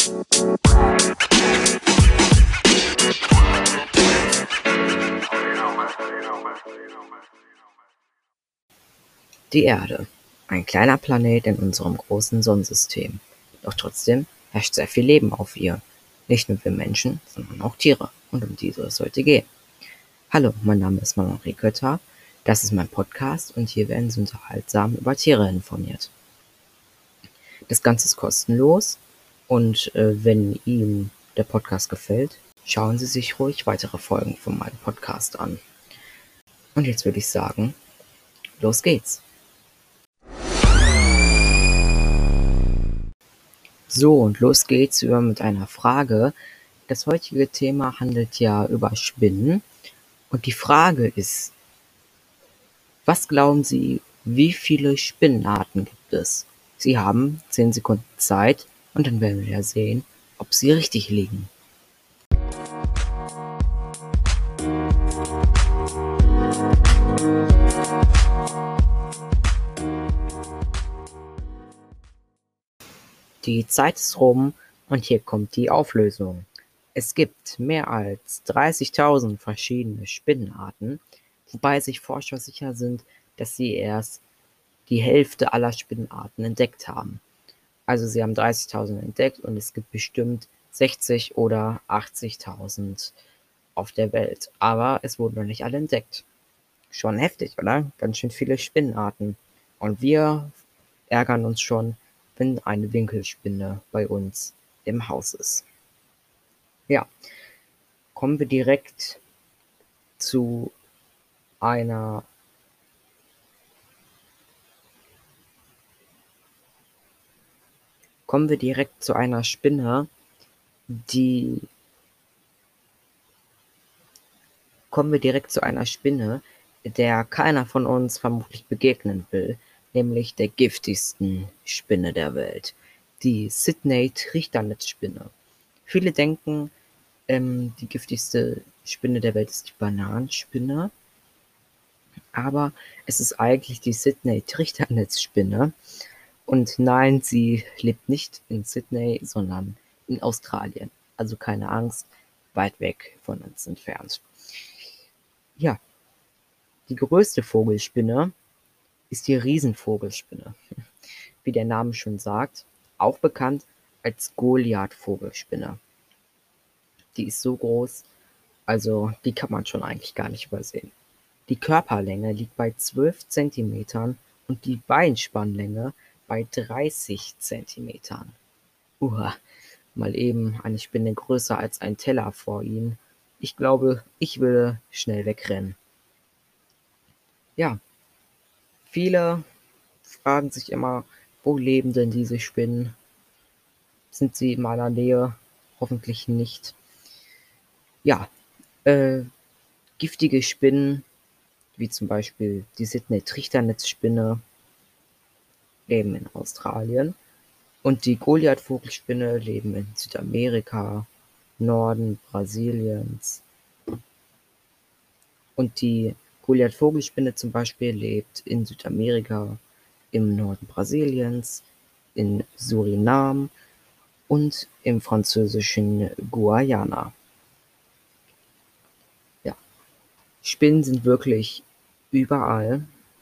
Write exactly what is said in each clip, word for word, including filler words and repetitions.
Die Erde, ein kleiner Planet in unserem großen Sonnensystem. Doch trotzdem herrscht sehr viel Leben auf ihr. Nicht nur wir Menschen, sondern auch Tiere. Und um die soll es heute gehen. Hallo, mein Name ist Manon-Henri Kötter. Das ist mein Podcast und hier werden Sie unterhaltsam über Tiere informiert. Das Ganze ist kostenlos und äh, wenn Ihnen der Podcast gefällt, schauen Sie sich ruhig weitere Folgen von meinem Podcast an. Und jetzt würde ich sagen, los geht's. So, und los geht's über mit einer Frage. Das heutige Thema handelt ja über Spinnen. Und die Frage ist, was glauben Sie, wie viele Spinnenarten gibt es? Sie haben zehn Sekunden Zeit und dann werden wir ja sehen, ob Sie richtig liegen. Die Zeit ist rum und hier kommt die Auflösung. Es gibt mehr als dreißigtausend verschiedene Spinnenarten, wobei sich Forscher sicher sind, dass sie erst die Hälfte aller Spinnenarten entdeckt haben. Also sie haben dreißigtausend entdeckt und es gibt bestimmt sechzig oder achtzigtausend auf der Welt. Aber es wurden noch nicht alle entdeckt. Schon heftig, oder? Ganz schön viele Spinnenarten. Und wir ärgern uns schon, wenn eine Winkelspinne bei uns im Haus ist. Ja, kommen wir direkt zu einer kommen wir direkt zu einer Spinne, die kommen wir direkt zu einer Spinne, der keiner von uns vermutlich begegnen will, nämlich der giftigsten Spinne der Welt, die Sydney-Trichternetzspinne. Viele denken, ähm, die giftigste Spinne der Welt ist die Bananenspinne, aber es ist eigentlich die Sydney-Trichternetzspinne. Und nein, sie lebt nicht in Sydney, sondern in Australien. Also keine Angst, weit weg von uns entfernt. Ja, die größte Vogelspinne ist die Riesenvogelspinne. Wie der Name schon sagt, auch bekannt als Goliath-Vogelspinne. Die ist so groß, also die kann man schon eigentlich gar nicht übersehen. Die Körperlänge liegt bei zwölf Zentimetern und die Beinspannlänge bei dreißig Zentimetern. Uha, mal eben eine Spinne größer als ein Teller vor Ihnen. Ich glaube, ich würde schnell wegrennen. Ja, viele fragen sich immer, wo leben denn diese Spinnen? Sind sie in meiner Nähe? Hoffentlich nicht. Ja, äh, giftige Spinnen, wie zum Beispiel die Sydney-Trichternetzspinne, leben in Australien. Und die Goliath-Vogelspinne leben in Südamerika, Norden Brasiliens. Und die Goliath-Vogelspinne zum Beispiel lebt in Südamerika, im Norden Brasiliens, in Surinam und im französischen Guayana. Ja, Spinnen sind wirklich überall.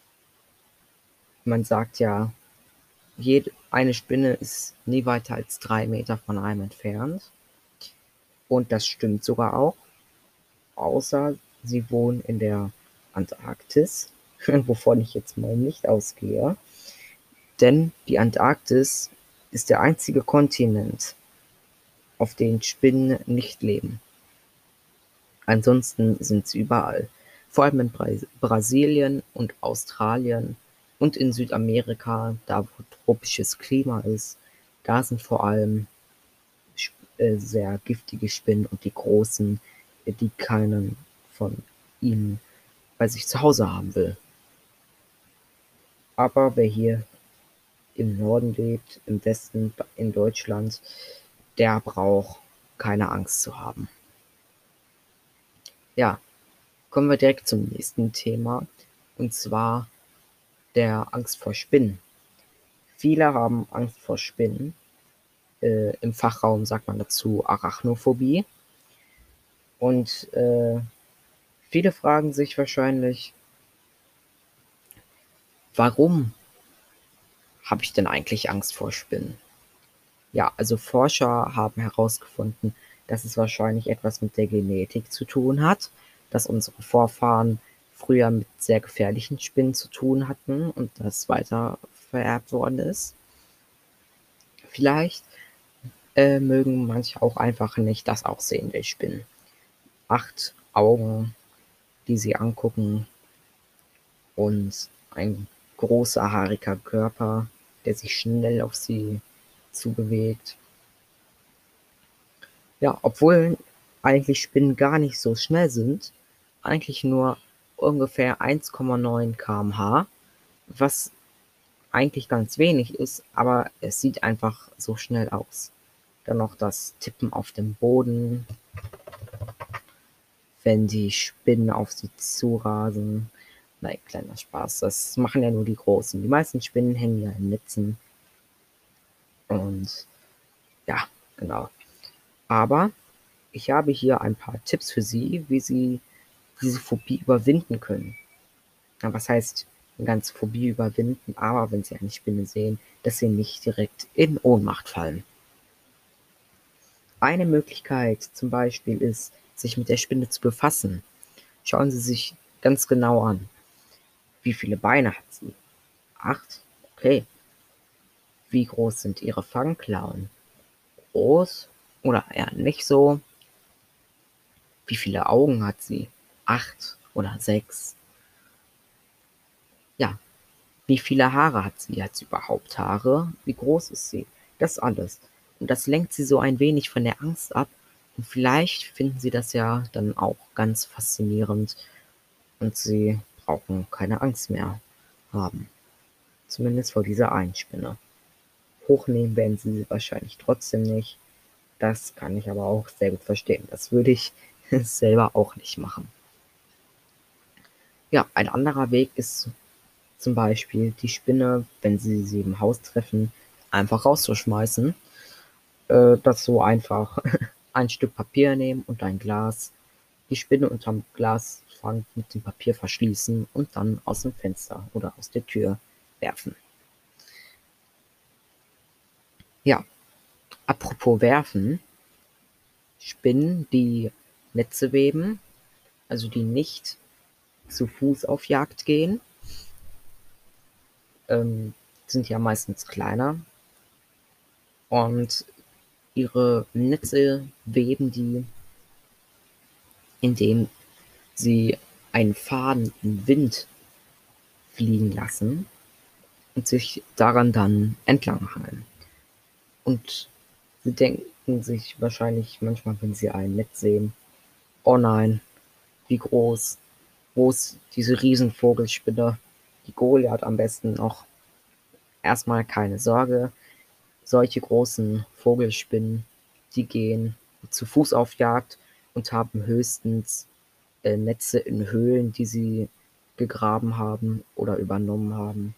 Man sagt ja, jede, eine Spinne ist nie weiter als drei Meter von einem entfernt. Und das stimmt sogar auch, außer sie wohnen in der Antarktis, wovon ich jetzt mal nicht ausgehe. Denn die Antarktis ist der einzige Kontinent, auf dem Spinnen nicht leben. Ansonsten sind sie überall, vor allem in Bra- Brasilien und Australien und in Südamerika, da wo tropisches Klima ist. Da sind vor allem sp- äh, sehr giftige Spinnen und die großen, äh, die keinen von ihnen bei sich zu Hause haben will. Aber wer hier im Norden lebt, im Westen, in Deutschland, der braucht keine Angst zu haben. Ja, kommen wir direkt zum nächsten Thema, und zwar der Angst vor Spinnen. Viele haben Angst vor Spinnen, Äh, im Fachraum sagt man dazu Arachnophobie. Und äh, viele fragen sich wahrscheinlich, warum habe ich denn eigentlich Angst vor Spinnen? Ja, also Forscher haben herausgefunden, dass es wahrscheinlich etwas mit der Genetik zu tun hat, dass unsere Vorfahren früher mit sehr gefährlichen Spinnen zu tun hatten und das weiter vererbt worden ist. Vielleicht äh, mögen manche auch einfach nicht das Aussehen der Spinnen. Acht Augen, die sie angucken, und ein großer, haariger Körper, der sich schnell auf sie zubewegt. Ja, obwohl eigentlich Spinnen gar nicht so schnell sind, eigentlich nur ungefähr eins Komma neun Kilometer pro Stunde, was eigentlich ganz wenig ist, aber es sieht einfach so schnell aus. Dann noch das Tippen auf dem Boden, wenn die Spinnen auf sie zurasen. Nein, kleiner Spaß, das machen ja nur die Großen. Die meisten Spinnen hängen ja in Netzen. Und ja, genau. Aber ich habe hier ein paar Tipps für Sie, wie Sie diese Phobie überwinden können. Ja, was heißt eine ganze Phobie überwinden? Aber wenn Sie eine Spinne sehen, dass Sie nicht direkt in Ohnmacht fallen. Eine Möglichkeit zum Beispiel ist, sich mit der Spinne zu befassen. Schauen Sie sich ganz genau an. Wie viele Beine hat sie? Acht? Okay. Wie groß sind ihre Fangklauen? Groß oder eher nicht so? Wie viele Augen hat sie? Acht oder sechs? Ja. Wie viele Haare hat sie? Hat sie überhaupt Haare? Wie groß ist sie? Das alles. Und das lenkt sie so ein wenig von der Angst ab. Und vielleicht finden sie das ja dann auch ganz faszinierend und sie brauchen keine Angst mehr haben. Zumindest vor dieser einen Spinne. Hochnehmen werden sie sie wahrscheinlich trotzdem nicht. Das kann ich aber auch sehr gut verstehen. Das würde ich selber auch nicht machen. Ja, ein anderer Weg ist zum Beispiel die Spinne, wenn Sie sie im Haus treffen, einfach rauszuschmeißen. Äh, dazu einfach ein Stück Papier nehmen und ein Glas, die Spinne unterm Glasfang mit dem Papier verschließen und dann aus dem Fenster oder aus der Tür werfen. Ja, apropos werfen, Spinnen, die Netze weben, also die nicht zu Fuß auf Jagd gehen, ähm, sind ja meistens kleiner und ihre Netze weben die, indem sie einen Faden im Wind fliegen lassen und sich daran dann entlanghangeln. Und sie denken sich wahrscheinlich manchmal, wenn sie ein Netz sehen, oh nein, wie groß, wo ist diese Riesenvogelspinne, die Goliath am besten noch. Erstmal keine Sorge, solche großen Vogelspinnen, die gehen zu Fuß auf Jagd und haben höchstens äh, Netze in Höhlen, die sie gegraben haben oder übernommen haben.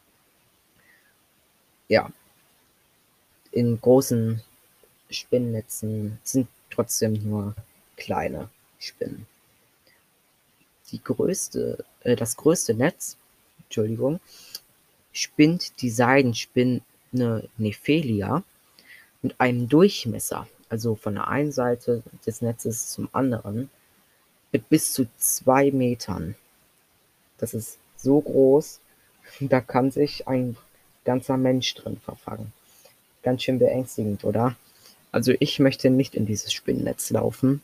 Ja, in großen Spinnnetzen sind trotzdem nur kleine Spinnen. Die größte, äh, das größte Netz, Entschuldigung, spinnt die Seidenspinne Nephelia mit einem Durchmesser, also von der einen Seite des Netzes zum anderen, mit bis zu zwei Metern. Das ist so groß, da kann sich ein ganzer Mensch drin verfangen. Ganz schön beängstigend, oder? Also ich möchte nicht in dieses Spinnennetz laufen,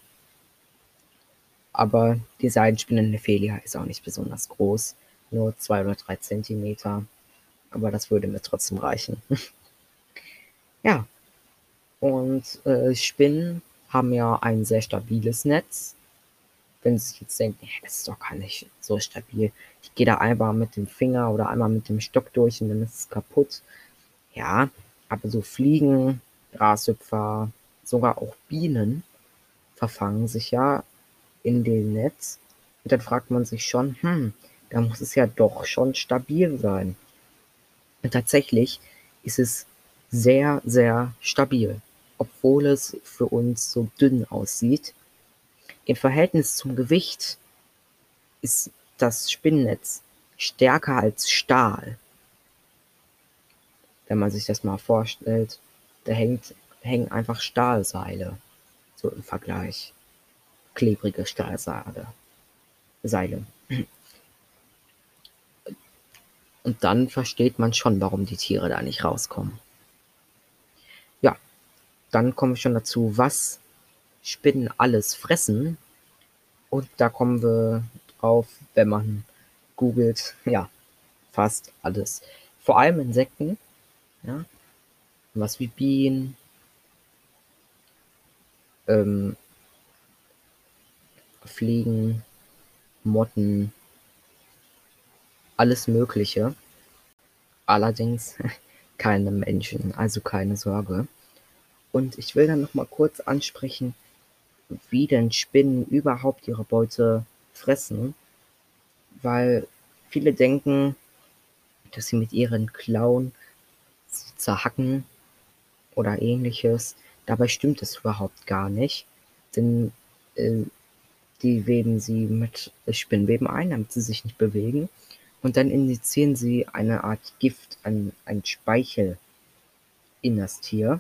aber die Seidenspinne Nephelia ist auch nicht besonders groß, nur zwei oder drei Zentimeter, aber das würde mir trotzdem reichen. Ja, und äh, Spinnen haben ja ein sehr stabiles Netz. Wenn Sie sich jetzt denken, hey, das ist doch gar nicht so stabil. Ich gehe da einmal mit dem Finger oder einmal mit dem Stock durch und dann ist es kaputt. Ja, aber so Fliegen, Grashüpfer, sogar auch Bienen verfangen sich ja in dem Netz. Und dann fragt man sich schon, hm, da muss es ja doch schon stabil sein. Und tatsächlich ist es sehr, sehr stabil, obwohl es für uns so dünn aussieht. Im Verhältnis zum Gewicht ist das Spinnennetz stärker als Stahl. Wenn man sich das mal vorstellt, da hängt, hängen einfach Stahlseile, so im Vergleich. Klebrige Stahlseile. Seile. Und dann versteht man schon, warum die Tiere da nicht rauskommen. Ja, dann kommen wir schon dazu, was Spinnen alles fressen. Und da kommen wir drauf, wenn man googelt, ja, fast alles. Vor allem Insekten, ja, was wie Bienen, ähm, Fliegen, Motten, alles Mögliche. Allerdings keine Menschen, also keine Sorge. Und ich will dann noch mal kurz ansprechen, wie denn Spinnen überhaupt ihre Beute fressen, weil viele denken, dass sie mit ihren Klauen sie zerhacken oder ähnliches. Dabei stimmt es überhaupt gar nicht, denn äh, die weben sie mit Spinnweben ein, damit sie sich nicht bewegen. Und dann injizieren sie eine Art Gift, ein, ein Speichel in das Tier.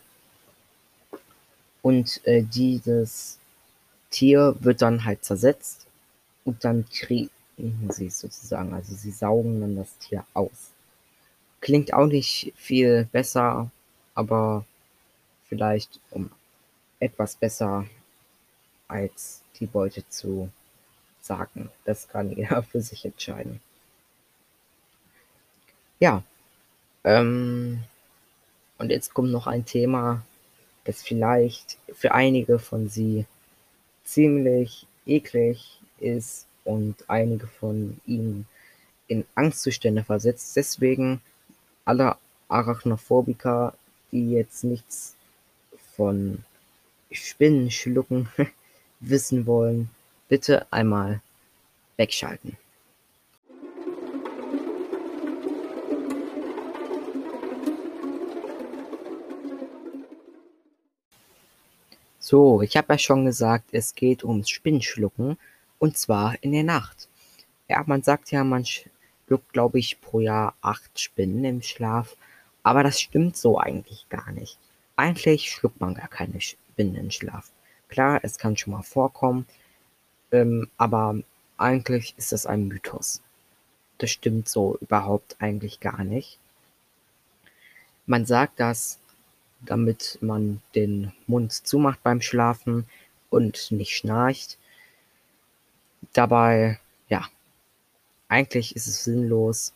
Und äh, dieses Tier wird dann halt zersetzt und dann kriegen sie es sozusagen. Also sie saugen dann das Tier aus. Klingt auch nicht viel besser, aber vielleicht um etwas besser als die Beute zu sagen. Das kann jeder für sich entscheiden. Ja, ähm, und jetzt kommt noch ein Thema, das vielleicht für einige von Sie ziemlich eklig ist und einige von Ihnen in Angstzustände versetzt. Deswegen alle Arachnophobiker, die jetzt nichts von Spinnen schlucken wissen wollen, bitte einmal wegschalten. So, ich habe ja schon gesagt, es geht ums Spinnenschlucken und zwar in der Nacht. Ja, man sagt ja, man schluckt, glaube ich, pro Jahr acht Spinnen im Schlaf, aber das stimmt so eigentlich gar nicht. Eigentlich schluckt man gar keine Spinnen im Schlaf. Klar, es kann schon mal vorkommen, ähm, aber eigentlich ist das ein Mythos. Das stimmt so überhaupt eigentlich gar nicht. Man sagt das, damit man den Mund zumacht beim Schlafen und nicht schnarcht. Dabei, ja, eigentlich ist es sinnlos,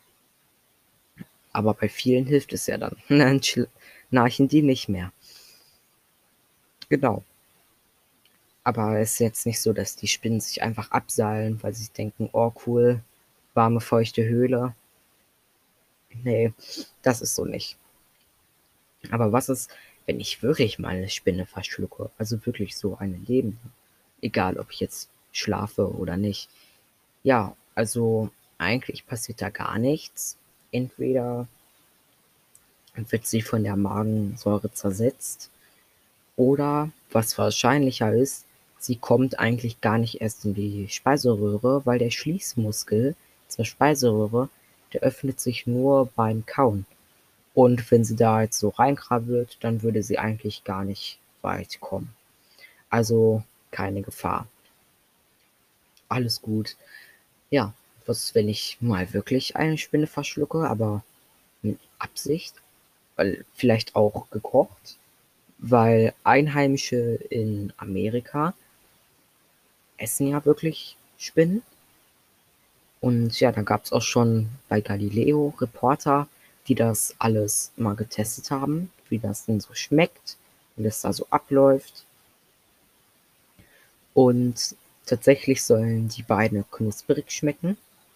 aber bei vielen hilft es ja dann. Dann schnarchen die nicht mehr. Genau. Aber es ist jetzt nicht so, dass die Spinnen sich einfach abseilen, weil sie denken, oh cool, warme, feuchte Höhle. Nee, das ist so nicht. Aber was ist, wenn ich wirklich mal eine Spinne verschlucke? Also wirklich so eine lebende. Egal, ob ich jetzt schlafe oder nicht. Ja, also eigentlich passiert da gar nichts. Entweder wird sie von der Magensäure zersetzt oder, was wahrscheinlicher ist, sie kommt eigentlich gar nicht erst in die Speiseröhre, weil der Schließmuskel zur Speiseröhre, der öffnet sich nur beim Kauen. Und wenn sie da jetzt so reinkrabbelt, dann würde sie eigentlich gar nicht weit kommen. Also keine Gefahr. Alles gut. Ja, was, wenn ich mal wirklich eine Spinne verschlucke, aber mit Absicht? Weil vielleicht auch gekocht? Weil Einheimische in Amerika essen ja wirklich Spinnen. Und ja, da gab es auch schon bei Galileo Reporter, die das alles mal getestet haben, wie das denn so schmeckt, wie das da so abläuft. Und tatsächlich sollen die beiden knusprig schmecken.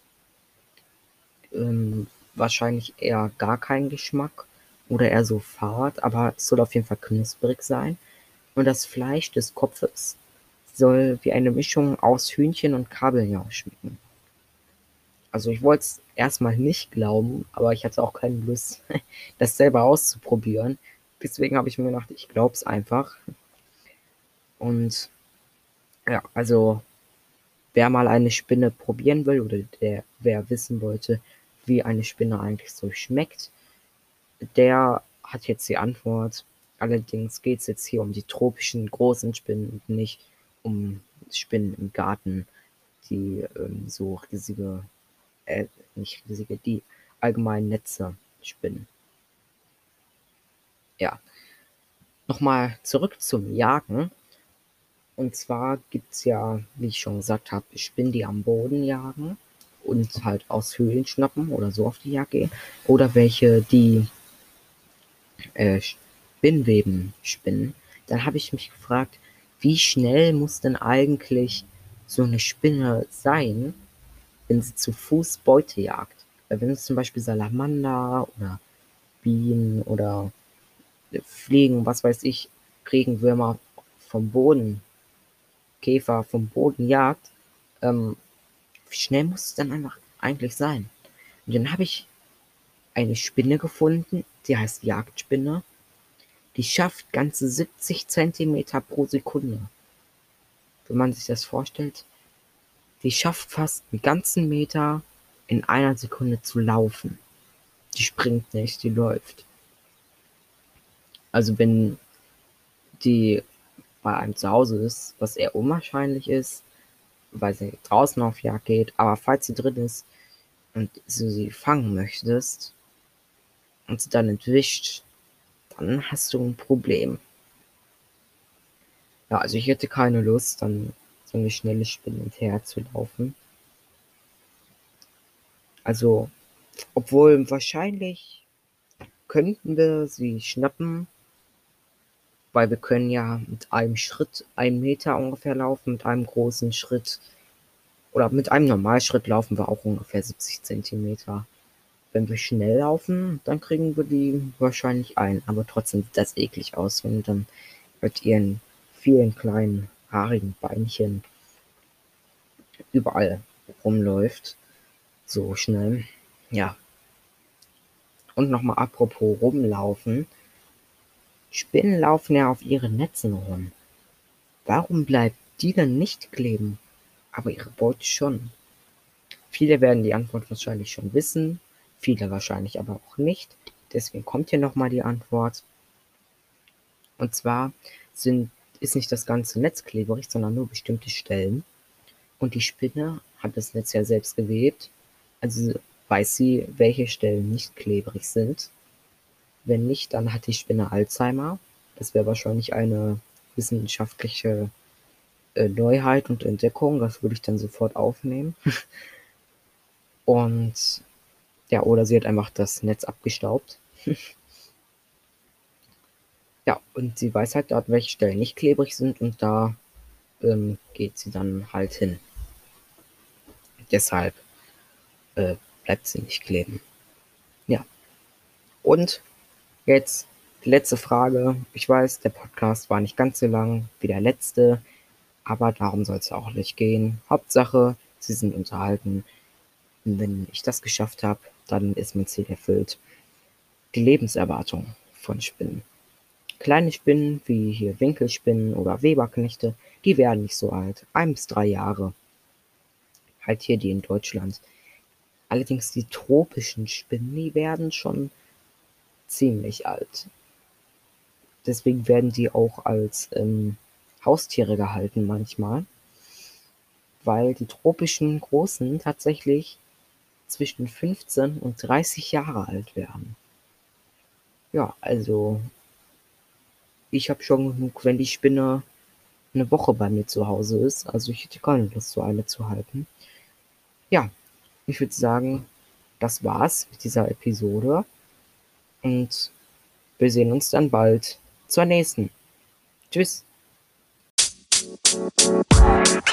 Ähm, wahrscheinlich eher gar keinen Geschmack oder eher so fad, aber es soll auf jeden Fall knusprig sein. Und das Fleisch des Kopfes soll wie eine Mischung aus Hühnchen und Kabeljau schmecken. Also ich wollte es erstmal nicht glauben, aber ich hatte auch keine Lust, das selber auszuprobieren. Deswegen habe ich mir gedacht, ich glaube es einfach. Und ja, also wer mal eine Spinne probieren will oder der, wer wissen wollte, wie eine Spinne eigentlich so schmeckt, der hat jetzt die Antwort. Allerdings geht es jetzt hier um die tropischen großen Spinnen und nicht um Spinnen im Garten, die ähm, so riesige, äh, nicht riesige, die allgemeinen Netze spinnen. Ja, nochmal zurück zum Jagen. Und zwar gibt es ja, wie ich schon gesagt habe, Spinnen, die am Boden jagen und halt aus Höhlen schnappen oder so auf die Jagd gehen. Oder welche, die äh, Spinnweben spinnen. Dann habe ich mich gefragt, wie schnell muss denn eigentlich so eine Spinne sein, wenn sie zu Fuß Beute jagt? Weil wenn es zum Beispiel Salamander oder Bienen oder Fliegen, was weiß ich, Regenwürmer vom Boden, Käfer vom Boden jagt, ähm, wie schnell muss es dann einfach eigentlich sein? Und dann habe ich eine Spinne gefunden, die heißt Jagdspinne. Die schafft ganze siebzig Zentimeter pro Sekunde. Wenn man sich das vorstellt, die schafft fast einen ganzen Meter in einer Sekunde zu laufen. Die springt nicht, die läuft. Also wenn die bei einem zu Hause ist, was eher unwahrscheinlich ist, weil sie draußen auf Jagd geht, aber falls sie drin ist und du sie fangen möchtest und sie dann entwischt, dann hast du ein Problem. Ja, also ich hätte keine Lust, dann so eine schnelle Spinne hinterher zu laufen. Also, obwohl wahrscheinlich könnten wir sie schnappen, weil wir können ja mit einem Schritt einen Meter ungefähr laufen, mit einem großen Schritt oder mit einem Normalschritt laufen wir auch ungefähr siebzig Zentimeter. Wenn wir schnell laufen, dann kriegen wir die wahrscheinlich ein, aber trotzdem sieht das eklig aus, wenn dann mit ihren vielen kleinen haarigen Beinchen überall rumläuft, so schnell. Ja, und nochmal apropos rumlaufen. Spinnen laufen ja auf ihren Netzen rum. Warum bleibt die denn nicht kleben, aber ihre Beute schon? Viele werden die Antwort wahrscheinlich schon wissen, viele wahrscheinlich aber auch nicht. Deswegen kommt hier nochmal die Antwort. Und zwar sind, ist nicht das ganze Netz klebrig, sondern nur bestimmte Stellen. Und die Spinne hat das Netz ja selbst gewebt, also weiß sie, welche Stellen nicht klebrig sind. Wenn nicht, dann hat die Spinne Alzheimer. Das wäre wahrscheinlich eine wissenschaftliche äh, Neuheit und Entdeckung. Das würde ich dann sofort aufnehmen. Und ja, oder sie hat einfach das Netz abgestaubt. Ja, und sie weiß halt dort, welche Stellen nicht klebrig sind und da ähm, geht sie dann halt hin. Deshalb äh, bleibt sie nicht kleben. Ja, und jetzt die letzte Frage. Ich weiß, der Podcast war nicht ganz so lang wie der letzte, aber darum soll es auch nicht gehen. Hauptsache, Sie sind unterhalten. Und wenn ich das geschafft habe, dann ist mein Ziel erfüllt. Die Lebenserwartung von Spinnen. Kleine Spinnen wie hier Winkelspinnen oder Weberknechte, die werden nicht so alt. Ein bis drei Jahre. Halt hier die in Deutschland. Allerdings die tropischen Spinnen, die werden schon ziemlich alt. Deswegen werden die auch als ähm, Haustiere gehalten manchmal, weil die tropischen Großen tatsächlich zwischen fünfzehn und dreißig Jahre alt werden. Ja, also ich habe schon genug, wenn die Spinne eine Woche bei mir zu Hause ist. Also ich hätte keine Lust, so eine zu halten. Ja, ich würde sagen, das war's mit dieser Episode und wir sehen uns dann bald zur nächsten. Tschüss.